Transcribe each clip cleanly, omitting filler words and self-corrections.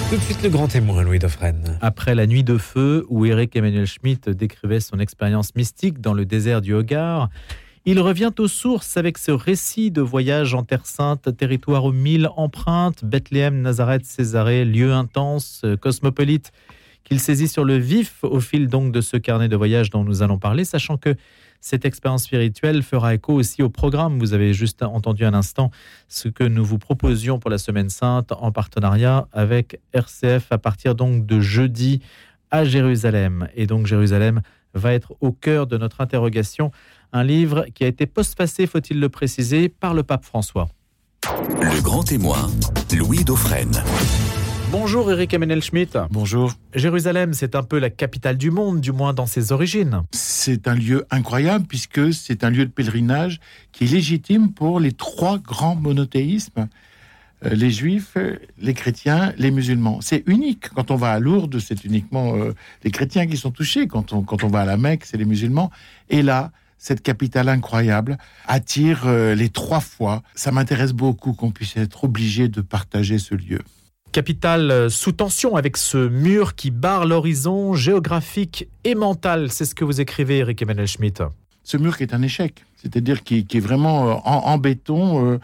Tout de suite le grand témoin, Louis Dauphren. Après la nuit de feu, où Éric Emmanuel Schmitt décrivait son expérience mystique dans le désert du Hogar, il revient aux sources avec ce récit de voyage en Terre Sainte, territoire aux 1000 empreintes, Bethléem, Nazareth, Césarée, lieu intense, cosmopolite, qu'il saisit sur le vif au fil donc de ce carnet de voyage dont nous allons parler, sachant que cette expérience spirituelle fera écho aussi au programme. Vous avez juste entendu un instant ce que nous vous proposions pour la Semaine Sainte en partenariat avec RCF à partir donc de jeudi à Jérusalem. Et donc Jérusalem va être au cœur de notre interrogation. Un livre qui a été postfacé, faut-il le préciser, par le pape François. Le grand témoin, Louis Dauphren. Bonjour Éric Emmanuel Schmitt. Bonjour. Jérusalem, c'est un peu la capitale du monde, du moins dans ses origines. C'est un lieu incroyable puisque c'est un lieu de pèlerinage qui est légitime pour les trois grands monothéismes, les juifs, les chrétiens, les musulmans. C'est unique. Quand on va à Lourdes, c'est uniquement les chrétiens qui sont touchés. Quand on va à la Mecque, c'est les musulmans. Et là, cette capitale incroyable attire les trois fois. Ça m'intéresse beaucoup qu'on puisse être obligé de partager ce lieu. Capitale sous tension avec ce mur qui barre l'horizon géographique et mental. C'est ce que vous écrivez, Éric Emmanuel Schmitt. Ce mur qui est un échec, c'est-à-dire qui est vraiment en béton,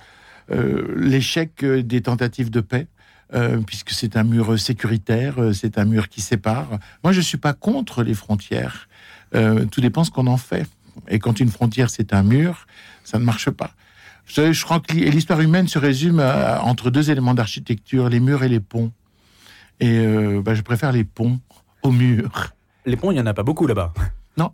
l'échec des tentatives de paix, puisque c'est un mur sécuritaire, c'est un mur qui sépare. Moi, je ne suis pas contre les frontières. Tout dépend ce qu'on en fait. Et quand une frontière, c'est un mur, ça ne marche pas. Je crois que l'histoire humaine se résume entre deux éléments d'architecture, les murs et les ponts. Et je préfère les ponts aux murs. Les ponts, il n'y en a pas beaucoup là-bas. Non.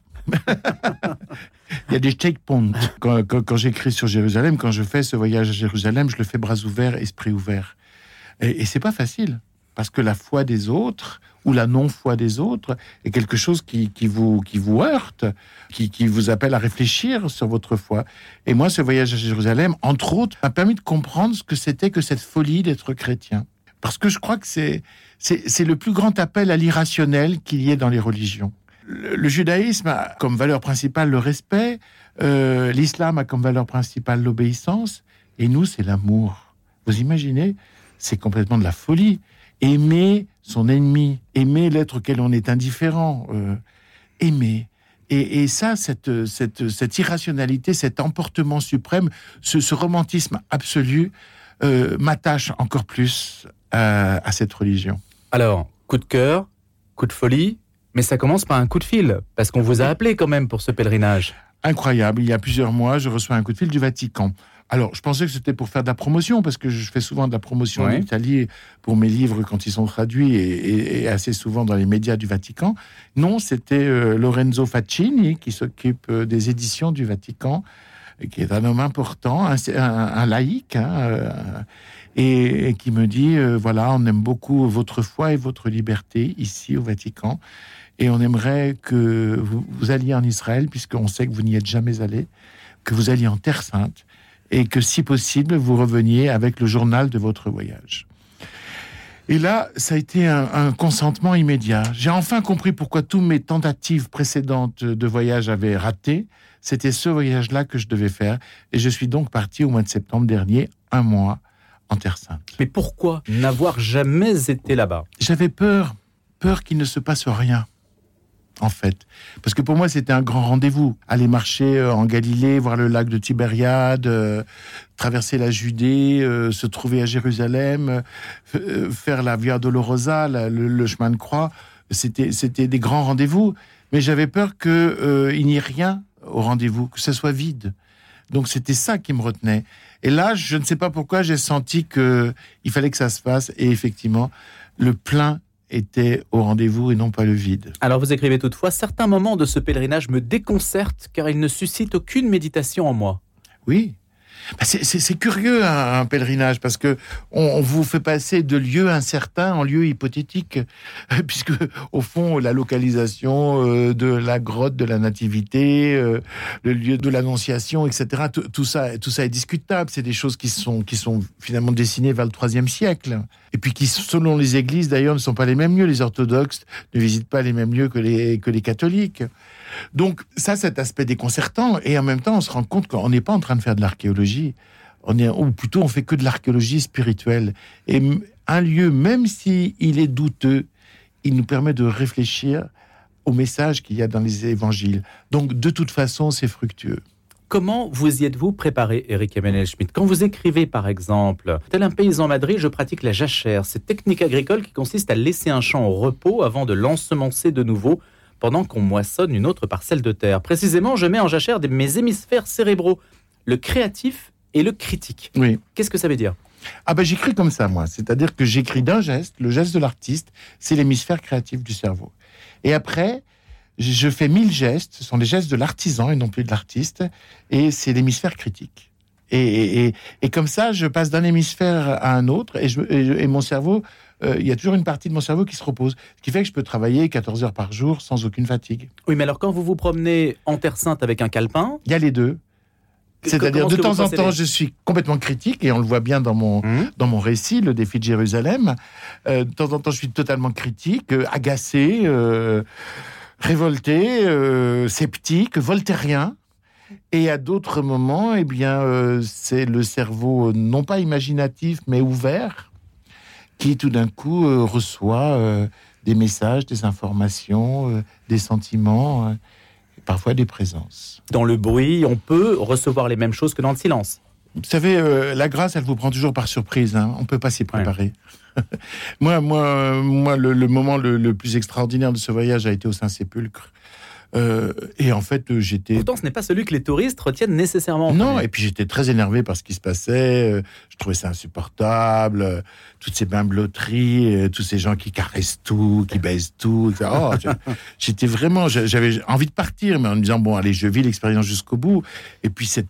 Il y a des checkpoints. Quand j'écris sur Jérusalem, quand je fais ce voyage à Jérusalem, je le fais bras ouverts, esprit ouvert. Et c'est pas facile. Parce que la foi des autres, ou la non-foi des autres, est quelque chose qui vous heurte, qui vous appelle à réfléchir sur votre foi. Et moi, ce voyage à Jérusalem, entre autres, m'a permis de comprendre ce que c'était que cette folie d'être chrétien. Parce que je crois que c'est le plus grand appel à l'irrationnel qu'il y ait dans les religions. Le judaïsme a comme valeur principale le respect, l'islam a comme valeur principale l'obéissance, et nous, c'est l'amour. Vous imaginez ? C'est complètement de la folie. Aimer son ennemi, aimer l'être auquel on est indifférent, aimer. Et ça, cette irrationalité, cet emportement suprême, ce romantisme absolu, m'attache encore plus à cette religion. Alors, coup de cœur, coup de folie, mais ça commence par un coup de fil, parce qu'on vous a appelé quand même pour ce pèlerinage. Incroyable, il y a plusieurs mois, je reçois un coup de fil du Vatican. Alors, je pensais que c'était pour faire de la promotion, parce que je fais souvent de la promotion en Italie pour mes livres quand ils sont traduits et assez souvent dans les médias du Vatican. Non, c'était Lorenzo Faccini qui s'occupe des éditions du Vatican, qui est un homme important, un laïc, et qui me dit, voilà, on aime beaucoup votre foi et votre liberté ici au Vatican, et on aimerait que vous alliez en Israël, puisqu'on sait que vous n'y êtes jamais allé, que vous alliez en Terre Sainte, et que, si possible, vous reveniez avec le journal de votre voyage. Et là, ça a été un consentement immédiat. J'ai enfin compris pourquoi toutes mes tentatives précédentes de voyage avaient raté. C'était ce voyage-là que je devais faire. Et je suis donc parti au mois de septembre dernier, 1 mois, en Terre Sainte. Mais pourquoi n'avoir jamais été là-bas ? J'avais peur qu'il ne se passe rien. En fait. Parce que pour moi, c'était un grand rendez-vous. Aller marcher en Galilée, voir le lac de Tibériade, traverser la Judée, se trouver à Jérusalem, faire la Via Dolorosa, le chemin de croix. C'était des grands rendez-vous. Mais j'avais peur qu'il n'y ait rien au rendez-vous, que ça soit vide. Donc c'était ça qui me retenait. Et là, je ne sais pas pourquoi, j'ai senti qu'il fallait que ça se fasse. Et effectivement, le plein était au rendez-vous et non pas le vide. Alors vous écrivez toutefois, certains moments de ce pèlerinage me déconcertent car ils ne suscitent aucune méditation en moi. Oui. C'est curieux un pèlerinage parce que on vous fait passer de lieux incertains en lieux hypothétiques, puisque au fond la localisation de la grotte de la Nativité, le lieu de l'Annonciation, etc. Tout ça est discutable. C'est des choses qui sont finalement dessinées vers le IIIe siècle et puis qui, selon les églises d'ailleurs, ne sont pas les mêmes lieux. Les orthodoxes ne visitent pas les mêmes lieux que les catholiques. Donc ça, cet aspect déconcertant, et en même temps on se rend compte qu'on n'est pas en train de faire de l'archéologie, ou plutôt on fait que de l'archéologie spirituelle. Et un lieu, même s'il est douteux, il nous permet de réfléchir au message qu'il y a dans les évangiles. Donc, de toute façon, c'est fructueux. Comment vous y êtes-vous préparé, Éric Emmanuel Schmitt? Quand vous écrivez, par exemple, « Tel un paysan madrid, je pratique la jachère », cette technique agricole qui consiste à laisser un champ au repos avant de l'ensemencer de nouveau pendant qu'on moissonne une autre parcelle de terre. Précisément, je mets en jachère mes hémisphères cérébraux, le créatif et le critique. Oui. Qu'est-ce que ça veut dire? J'écris comme ça, moi. C'est-à-dire que j'écris d'un geste. Le geste de l'artiste, c'est l'hémisphère créatif du cerveau. Et après, je fais 1000 gestes. Ce sont les gestes de l'artisan et non plus de l'artiste. Et c'est l'hémisphère critique. Et comme ça, je passe d'un hémisphère à un autre. Et mon cerveau, il y a toujours une partie de mon cerveau qui se repose. Ce qui fait que je peux travailler 14 heures par jour sans aucune fatigue. Oui, mais alors quand vous vous promenez en Terre Sainte avec un calepin... Il y a les deux. C'est-à-dire, de temps en temps, je suis complètement critique, et on le voit bien dans mon récit, le défi de Jérusalem. De temps en temps, je suis totalement critique, agacé, révolté, sceptique, voltairien. Et à d'autres moments, c'est le cerveau, non pas imaginatif, mais ouvert, qui tout d'un coup reçoit des messages, des informations, des sentiments... parfois des présences. Dans le bruit, on peut recevoir les mêmes choses que dans le silence. Vous savez, la grâce, elle vous prend toujours par surprise. On ne peut pas s'y préparer. Ouais. moi, le moment le plus extraordinaire de ce voyage a été au Saint-Sépulcre. Et en fait, j'étais... Pourtant, ce n'est pas celui que les touristes retiennent nécessairement. Non, et puis j'étais très énervé par ce qui se passait. Je trouvais ça insupportable. Toutes ces bimbeloteries, tous ces gens qui caressent tout, qui baisent tout. J'étais vraiment... J'avais envie de partir, mais en me disant, bon, allez, je vis l'expérience jusqu'au bout. Et puis, c'est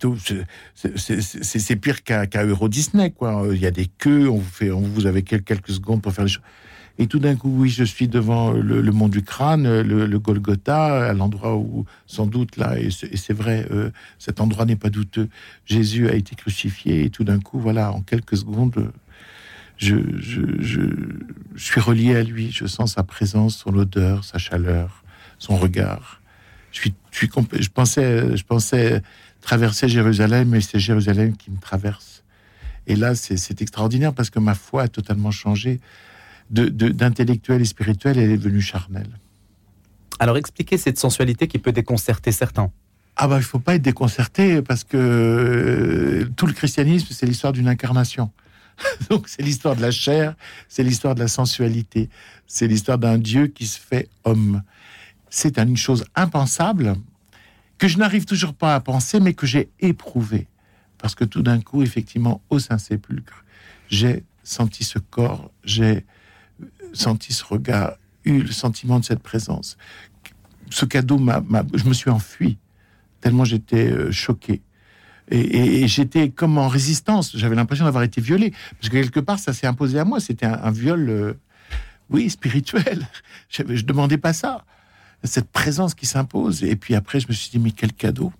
pire qu'à Euro Disney, quoi. Il y a des queues, vous avez quelques secondes pour faire les choses. Et tout d'un coup, oui, je suis devant le mont du crâne, le Golgotha, à l'endroit où, sans doute, là, et c'est vrai, cet endroit n'est pas douteux, Jésus a été crucifié, et tout d'un coup, voilà, en quelques secondes, je suis relié à lui, je sens sa présence, son odeur, sa chaleur, son regard. Je pensais traverser Jérusalem, mais c'est Jérusalem qui me traverse. Et là, c'est extraordinaire, parce que ma foi a totalement changé. D'intellectuel et spirituel, elle est devenue charnelle. Alors expliquez cette sensualité qui peut déconcerter certains. Il ne faut pas être déconcerté, parce que tout le christianisme, c'est l'histoire d'une incarnation. Donc c'est l'histoire de la chair, c'est l'histoire de la sensualité, c'est l'histoire d'un Dieu qui se fait homme. C'est une chose impensable, que je n'arrive toujours pas à penser, mais que j'ai éprouvé. Parce que tout d'un coup, effectivement, au Saint-Sépulcre, j'ai senti ce corps, j'ai senti ce regard, eu le sentiment de cette présence. Ce cadeau je me suis enfui, tellement j'étais choqué. Et j'étais comme en résistance, j'avais l'impression d'avoir été violé, parce que quelque part, ça s'est imposé à moi, c'était un viol, spirituel. Je demandais pas ça, cette présence qui s'impose. Et puis après, je me suis dit, mais quel cadeau.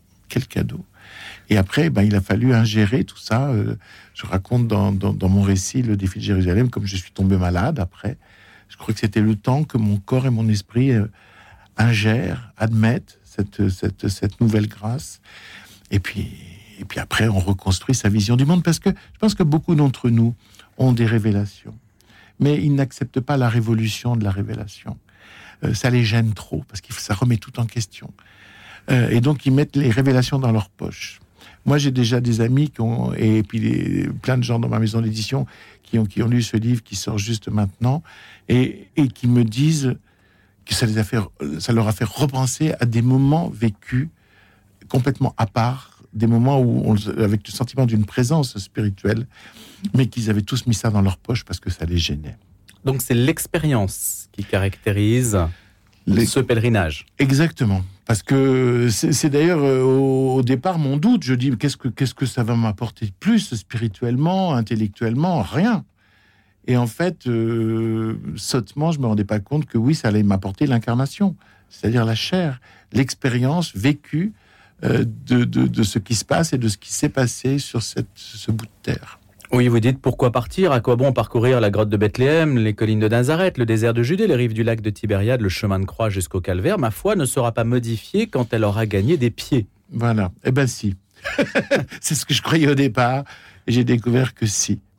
Et après, il a fallu ingérer tout ça. Je raconte dans mon récit le défi de Jérusalem, comme je suis tombé malade après. Je crois que c'était le temps que mon corps et mon esprit ingèrent, admettent cette nouvelle grâce. Et puis après, on reconstruit sa vision du monde, parce que je pense que beaucoup d'entre nous ont des révélations. Mais ils n'acceptent pas la révolution de la révélation. Ça les gêne trop, parce que ça remet tout en question. Et donc, ils mettent les révélations dans leur poche. Moi, j'ai déjà des amis et puis plein de gens dans ma maison d'édition qui ont lu ce livre qui sort juste maintenant et qui me disent que ça leur a fait repenser à des moments vécus complètement à part, des moments où avec le sentiment d'une présence spirituelle, mais qu'ils avaient tous mis ça dans leur poche parce que ça les gênait. Donc, c'est l'expérience qui caractérise ce pèlerinage. Exactement. Parce que c'est d'ailleurs au départ mon doute. Je dis, qu'est-ce que ça va m'apporter de plus spirituellement, intellectuellement? Rien. Et en fait, sottement, je me rendais pas compte que oui, ça allait m'apporter l'incarnation, c'est-à-dire la chair, l'expérience vécue de ce qui se passe et de ce qui s'est passé sur ce bout de terre. Oui, vous dites, pourquoi partir? À quoi bon parcourir la grotte de Bethléem, les collines de Nazareth, le désert de Judée, les rives du lac de Tibériade, le chemin de croix jusqu'au calvaire? Ma foi ne sera pas modifiée quand elle aura gagné des pieds. Voilà. Eh ben si. C'est ce que je croyais au départ. Et j'ai découvert que si.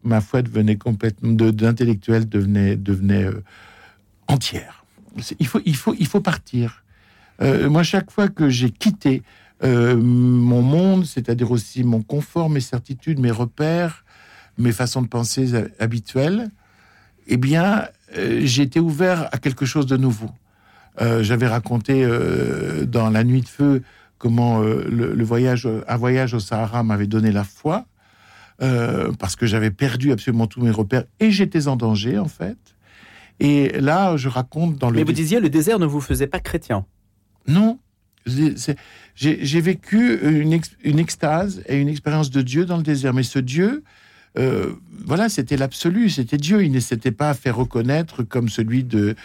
ma foi devenait complètement, d'intellectuel devenait entière. Il faut partir. Moi, chaque fois que j'ai quitté mon monde, c'est-à-dire aussi mon confort, mes certitudes, mes repères, mes façons de penser habituelles, eh bien, j'ai été ouvert à quelque chose de nouveau. J'avais raconté dans La Nuit de Feu comment un voyage au Sahara m'avait donné la foi, parce que j'avais perdu absolument tous mes repères et j'étais en danger, en fait. Et là, je raconte dans le... Mais vous disiez, le désert ne vous faisait pas chrétien. Non. J'ai vécu une extase et une expérience de Dieu dans le désert. Mais ce Dieu, voilà, c'était l'absolu, c'était Dieu. Il ne s'était pas fait reconnaître comme celui de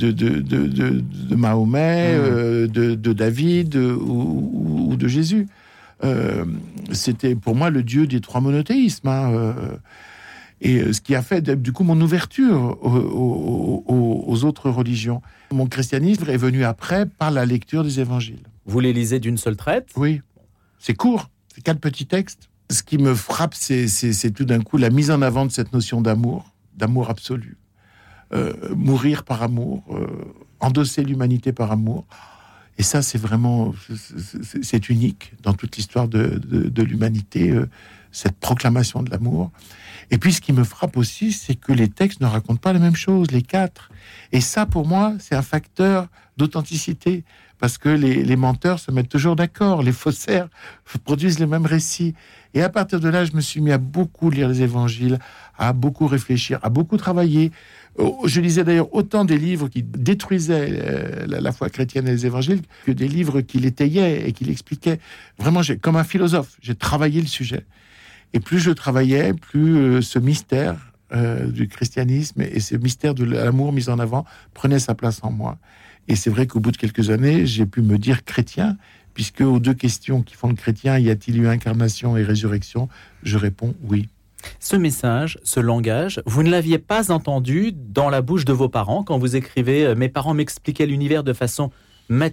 Mahomet, de David ou de Jésus. C'était pour moi le Dieu des trois monothéismes. Et ce qui a fait du coup mon ouverture aux autres religions. Mon christianisme est venu après par la lecture des évangiles. Vous les lisez d'une seule traite ? Oui, c'est court, c'est 4 petits textes. Ce qui me frappe, c'est tout d'un coup la mise en avant de cette notion d'amour absolu. Mourir par amour, endosser l'humanité par amour. Et ça, c'est vraiment, c'est unique dans toute l'histoire de l'humanité, cette proclamation de l'amour. Et puis, ce qui me frappe aussi, c'est que les textes ne racontent pas la même chose, les 4. Et ça, pour moi, c'est un facteur d'authenticité, parce que les menteurs se mettent toujours d'accord, les faussaires produisent les mêmes récits. Et à partir de là, je me suis mis à beaucoup lire les évangiles, à beaucoup réfléchir, à beaucoup travailler. Je lisais d'ailleurs autant des livres qui détruisaient la foi chrétienne et les évangiles que des livres qui l'étayaient et qui l'expliquaient. Vraiment, comme un philosophe, j'ai travaillé le sujet. Et plus je travaillais, plus ce mystère du christianisme et ce mystère de l'amour mis en avant prenait sa place en moi. Et c'est vrai qu'au bout de quelques années, j'ai pu me dire chrétien, puisque aux 2 questions qui font le chrétien, y a-t-il eu incarnation et résurrection ? Je réponds oui. Ce message, ce langage, vous ne l'aviez pas entendu dans la bouche de vos parents quand vous écrivez « Mes parents m'expliquaient l'univers de façon matérialiste ».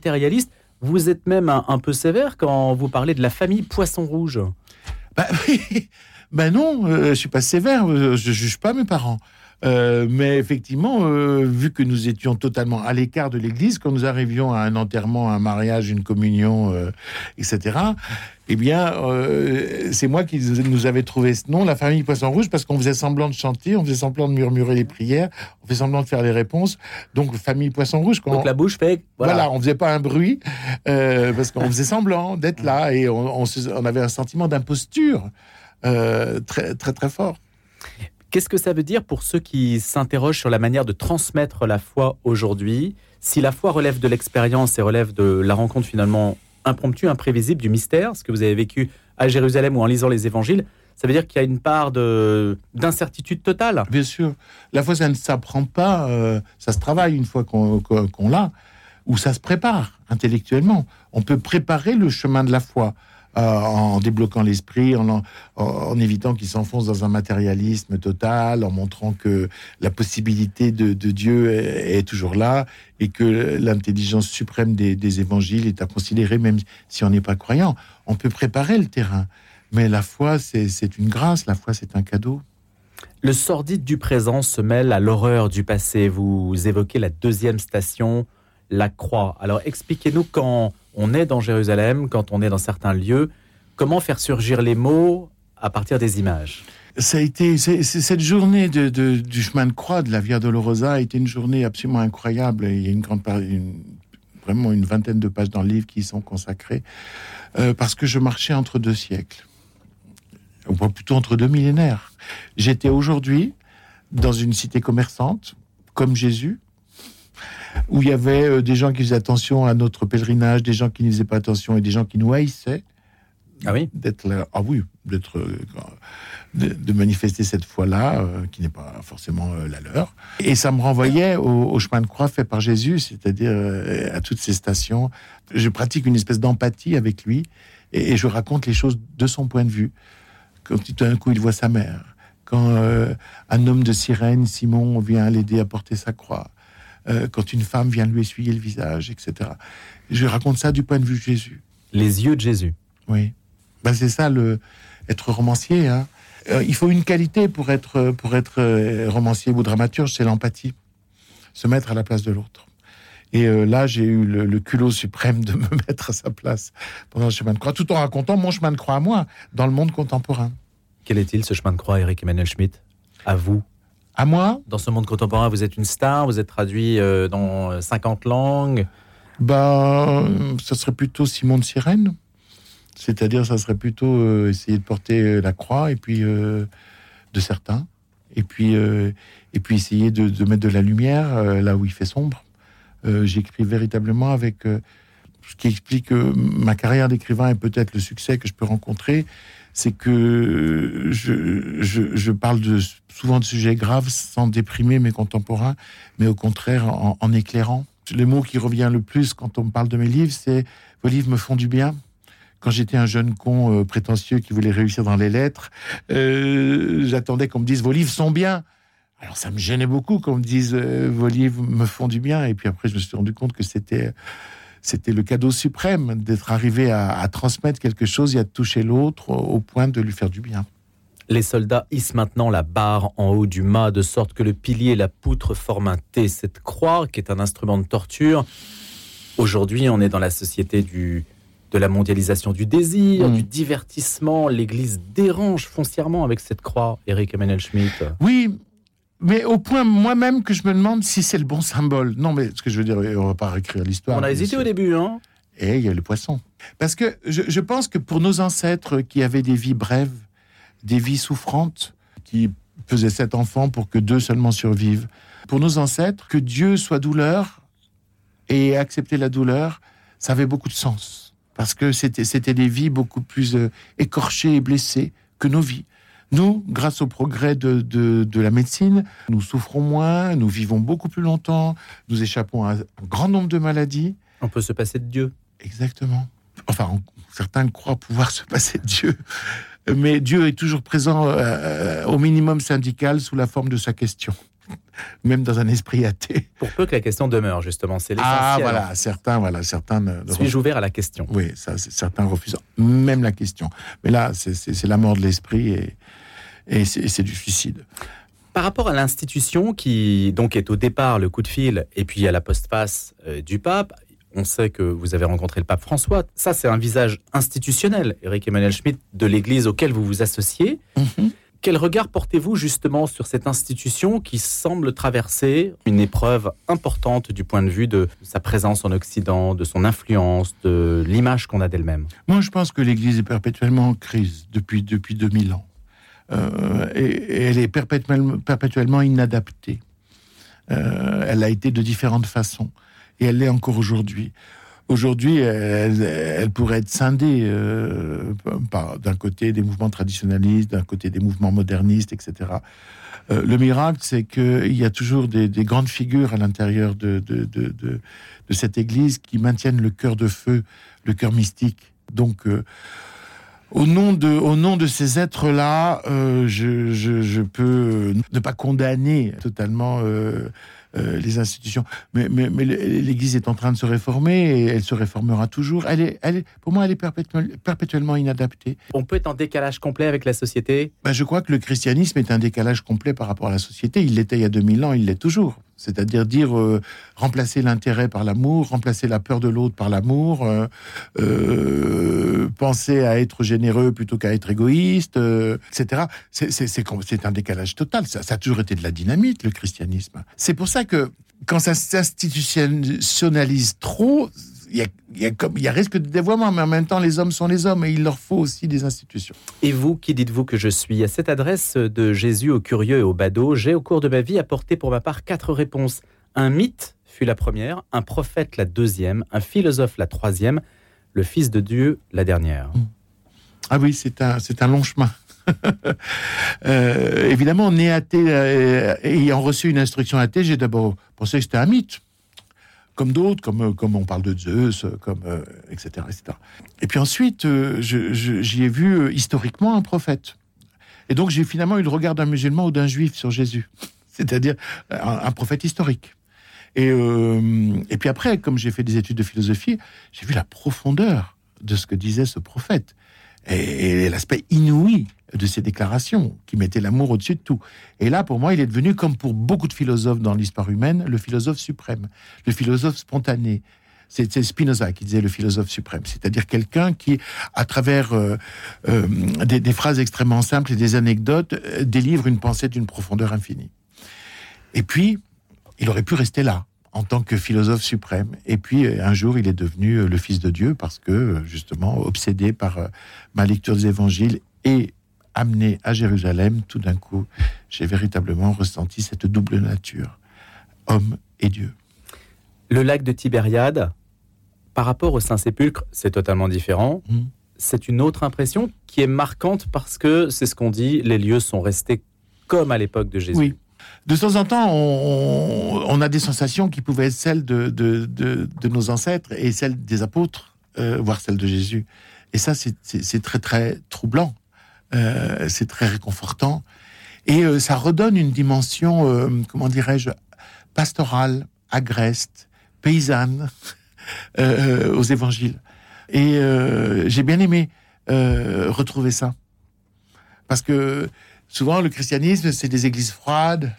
Vous êtes même un peu sévère quand vous parlez de la famille Poisson Rouge. Non, je suis pas sévère, je juge pas mes parents. Mais effectivement, vu que nous étions totalement à l'écart de l'Église, quand nous arrivions à un enterrement, un mariage, une communion, etc., eh bien, c'est moi qui nous avait trouvé ce nom, la famille Poisson Rouge, parce qu'on faisait semblant de chanter, on faisait semblant de murmurer les prières, on faisait semblant de faire les réponses. Donc, famille Poisson Rouge. Donc, la bouche fait... Voilà, on faisait pas un bruit, parce qu'on faisait semblant d'être là, et on avait un sentiment d'imposture très, très, très fort. Qu'est-ce que ça veut dire pour ceux qui s'interrogent sur la manière de transmettre la foi aujourd'hui ? Si la foi relève de l'expérience et relève de la rencontre finalement impromptue, imprévisible, du mystère, ce que vous avez vécu à Jérusalem ou en lisant les évangiles, ça veut dire qu'il y a une part d'incertitude totale ? Bien sûr. La foi, ça ne s'apprend pas, ça se travaille une fois qu'on l'a, ou ça se prépare intellectuellement. On peut préparer le chemin de la foi. En débloquant l'esprit, en évitant qu'il s'enfonce dans un matérialisme total, en montrant que la possibilité de Dieu est toujours là et que l'intelligence suprême des évangiles est à considérer même si on n'est pas croyant. On peut préparer le terrain, mais la foi, c'est une grâce, la foi, c'est un cadeau. Le sordide du présent se mêle à l'horreur du passé. Vous évoquez la 2e station, la croix. Alors expliquez-nous, quand on est dans Jérusalem, quand on est dans certains lieux, comment faire surgir les mots à partir des images ? Ça a été, cette journée du chemin de croix de la Via Dolorosa a été une journée absolument incroyable. Il y a vraiment une vingtaine de pages dans le livre qui y sont consacrées, parce que je marchais entre 2 siècles, ou plutôt entre 2 millénaires. J'étais aujourd'hui dans une cité commerçante, comme Jésus, où il y avait des gens qui faisaient attention à notre pèlerinage, des gens qui ne faisaient pas attention et des gens qui nous haïssaient. Ah oui ? D'être là, de manifester cette foi-là, qui n'est pas forcément la leur. Et ça me renvoyait au chemin de croix fait par Jésus, c'est-à-dire à toutes ces stations. Je pratique une espèce d'empathie avec lui et je raconte les choses de son point de vue. Quand tout d'un coup, il voit sa mère. Quand un homme de Cyrène, Simon, vient l'aider à porter sa croix. Quand une femme vient lui essuyer le visage, etc. Je raconte ça du point de vue de Jésus. Les yeux de Jésus. Oui. C'est ça, être romancier. Hein. il faut une qualité pour être romancier ou dramaturge, c'est l'empathie. Se mettre à la place de l'autre. Et là, j'ai eu le culot suprême de me mettre à sa place pendant le chemin de croix, tout en racontant mon chemin de croix à moi, dans le monde contemporain. Quel est-il, ce chemin de croix, Éric Emmanuel Schmitt? À vous? À moi? Dans ce monde contemporain, vous êtes une star, vous êtes traduit dans 50 langues. Ça serait plutôt Simon de Sirène. C'est-à-dire, ça serait plutôt essayer de porter la croix, et puis de certains. Et puis essayer de mettre de la lumière là où il fait sombre. J'écris véritablement avec ce qui explique ma carrière d'écrivain et peut-être le succès que je peux rencontrer, c'est que je parle souvent de sujets graves sans déprimer mes contemporains, mais au contraire en éclairant. Le mot qui revient le plus quand on me parle de mes livres, c'est « vos livres me font du bien ». Quand j'étais un jeune con prétentieux qui voulait réussir dans les lettres, j'attendais qu'on me dise « vos livres sont bien ». Alors ça me gênait beaucoup qu'on me dise vos livres me font du bien. Et puis après, je me suis rendu compte que c'était le cadeau suprême d'être arrivé à transmettre quelque chose et à toucher l'autre au point de lui faire du bien. Les soldats hissent maintenant la barre en haut du mât, de sorte que le pilier et la poutre forment un T. Cette croix, qui est un instrument de torture, aujourd'hui, on est dans la société de la mondialisation du désir, du divertissement. L'Église dérange foncièrement avec cette croix, Éric Emmanuel Schmitt. Oui, mais au point moi-même que je me demande si c'est le bon symbole. Non, mais ce que je veux dire, on va pas réécrire l'histoire. On a hésité au début, hein. Et il y a le poisson. Parce que je pense que pour nos ancêtres qui avaient des vies brèves, des vies souffrantes, qui faisaient 7 enfants pour que 2 seulement survivent, pour nos ancêtres, que Dieu soit douleur et accepter la douleur, ça avait beaucoup de sens. Parce que c'était des vies beaucoup plus écorchées et blessées que nos vies. Nous, grâce au progrès de la médecine, nous souffrons moins, nous vivons beaucoup plus longtemps, nous échappons à un grand nombre de maladies. On peut se passer de Dieu. Exactement. Enfin, certains croient pouvoir se passer de Dieu. Mais Dieu est toujours présent au minimum syndical sous la forme de sa question. Même dans un esprit athée. Pour peu que la question demeure, justement, c'est l'essentiel. Ah, voilà, certains Suis-je ouvert à la question? Oui, certains refusent même la question. Mais là, c'est la mort de l'esprit et c'est du suicide. Par rapport à l'institution qui donc est au départ le coup de fil et puis à la postface du pape, on sait que vous avez rencontré le pape François. Ça, c'est un visage institutionnel, Éric Emmanuel Schmitt, de l'Église auquel vous vous associez. Mm-hmm. Quel regard portez-vous justement sur cette institution qui semble traverser une épreuve importante du point de vue de sa présence en Occident, de son influence, de l'image qu'on a d'elle-même? Moi, je pense que l'Église est perpétuellement en crise depuis 2000 ans. Et elle est perpétuellement inadaptée. Elle a été de différentes façons. Et elle l'est encore aujourd'hui. Aujourd'hui, elle pourrait être scindée d'un côté des mouvements traditionnalistes, d'un côté des mouvements modernistes, etc. Le miracle, c'est qu'il y a toujours des grandes figures à l'intérieur de cette Église qui maintiennent le cœur de feu, le cœur mystique. Donc, au nom de ces êtres-là, je peux ne pas condamner totalement les institutions. Mais l'Église est en train de se réformer et elle se réformera toujours. Pour moi, elle est perpétuellement inadaptée. On peut être en décalage complet avec la société? Je crois que le christianisme est un décalage complet par rapport à la société. Il l'était il y a 2000 ans, il l'est toujours. C'est-à-dire remplacer l'intérêt par l'amour, remplacer la peur de l'autre par l'amour, penser à être généreux plutôt qu'à être égoïste, etc. C'est un décalage total. Ça a toujours été de la dynamite, le christianisme. C'est pour ça que quand ça s'institutionnalise trop, il y a risque de dévoiement, mais en même temps, les hommes sont les hommes et il leur faut aussi des institutions. Et vous, qui dites-vous que je suis? À cette adresse de Jésus aux curieux et aux badauds, j'ai au cours de ma vie apporté pour ma part 4 réponses. Un mythe fut la première, un prophète la deuxième, un philosophe la troisième, le Fils de Dieu la dernière. Ah oui, c'est un long chemin. Évidemment, né athée, ayant reçu une instruction athée, j'ai d'abord pensé que c'était un mythe. Comme d'autres, comme on parle de Zeus, etc., etc. Et puis ensuite, j'y ai vu historiquement un prophète. Et donc, j'ai finalement eu le regard d'un musulman ou d'un juif sur Jésus. C'est-à-dire un prophète historique. Et puis après, comme j'ai fait des études de philosophie, j'ai vu la profondeur de ce que disait ce prophète. Et l'aspect inouï de ses déclarations, qui mettait l'amour au-dessus de tout. Et là, pour moi, il est devenu, comme pour beaucoup de philosophes dans l'histoire humaine, le philosophe suprême, le philosophe spontané. C'est Spinoza qui disait le philosophe suprême, c'est-à-dire quelqu'un qui, à travers des phrases extrêmement simples et des anecdotes, délivre une pensée d'une profondeur infinie. Et puis, il aurait pu rester là, en tant que philosophe suprême. Et puis, un jour, il est devenu le Fils de Dieu, parce que, justement, obsédé par ma lecture des évangiles et amené à Jérusalem, tout d'un coup, j'ai véritablement ressenti cette double nature, homme et Dieu. Le lac de Tibériade, par rapport au Saint-Sépulcre, c'est totalement différent. C'est une autre impression qui est marquante parce que, c'est ce qu'on dit, les lieux sont restés comme à l'époque de Jésus. Oui. De temps en temps, on a des sensations qui pouvaient être celles de nos ancêtres et celles des apôtres, voire celles de Jésus. Et ça, c'est très, très troublant. C'est très réconfortant. Et ça redonne une dimension, comment dirais-je, pastorale, agreste, paysanne aux évangiles. Et j'ai bien aimé retrouver ça. Parce que souvent, le christianisme, c'est des églises froides.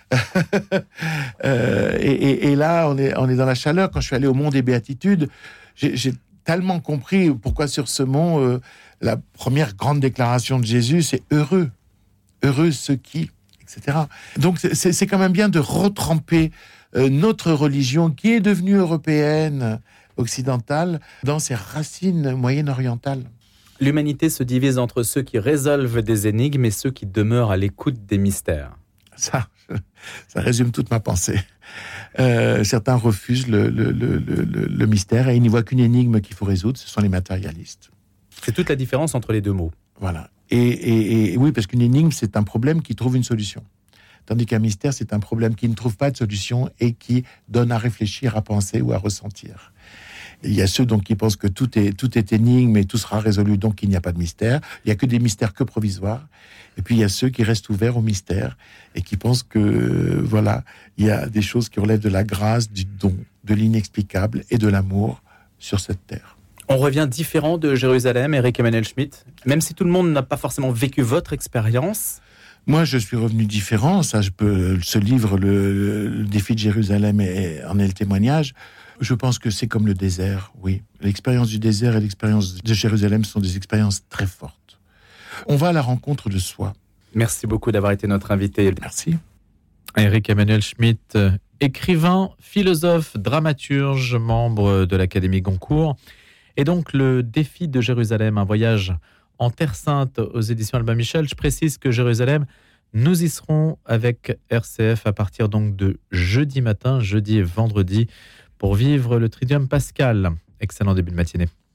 Et là, on est dans la chaleur. Quand je suis allé au mont des Béatitudes, j'ai tellement compris pourquoi sur ce mont, la première grande déclaration de Jésus, c'est « heureux ». Heureux ceux qui, etc. Donc, c'est quand même bien de retremper notre religion, qui est devenue européenne, occidentale, dans ses racines moyen-orientales. L'humanité se divise entre ceux qui résolvent des énigmes et ceux qui demeurent à l'écoute des mystères. Ça résume toute ma pensée. Certains refusent le mystère et ils n'y voient qu'une énigme qu'il faut résoudre, ce sont les matérialistes. C'est toute la différence entre les deux mots. Voilà. Et oui, parce qu'une énigme, c'est un problème qui trouve une solution. Tandis qu'un mystère, c'est un problème qui ne trouve pas de solution et qui donne à réfléchir, à penser ou à ressentir. Il y a ceux donc qui pensent que tout est énigme et tout sera résolu, donc il n'y a pas de mystère. Il n'y a que des mystères que provisoires. Et puis il y a ceux qui restent ouverts au mystère et qui pensent que, voilà, il y a des choses qui relèvent de la grâce, du don, de l'inexplicable et de l'amour sur cette terre. On revient différent de Jérusalem, Éric Emmanuel Schmitt, même si tout le monde n'a pas forcément vécu votre expérience. Moi, je suis revenu différent. Ça, ce livre, le défi de Jérusalem, en est le témoignage. Je pense que c'est comme le désert, oui. L'expérience du désert et l'expérience de Jérusalem sont des expériences très fortes. On va à la rencontre de soi. Merci beaucoup d'avoir été notre invité. Merci. Éric Emmanuel Schmitt, écrivain, philosophe, dramaturge, membre de l'Académie Goncourt. Et donc, le défi de Jérusalem, un voyage en Terre Sainte aux éditions Albin Michel. Je précise que Jérusalem, nous y serons avec RCF à partir donc de jeudi matin, jeudi et vendredi, pour vivre le Triduum Pascal. Excellent début de matinée.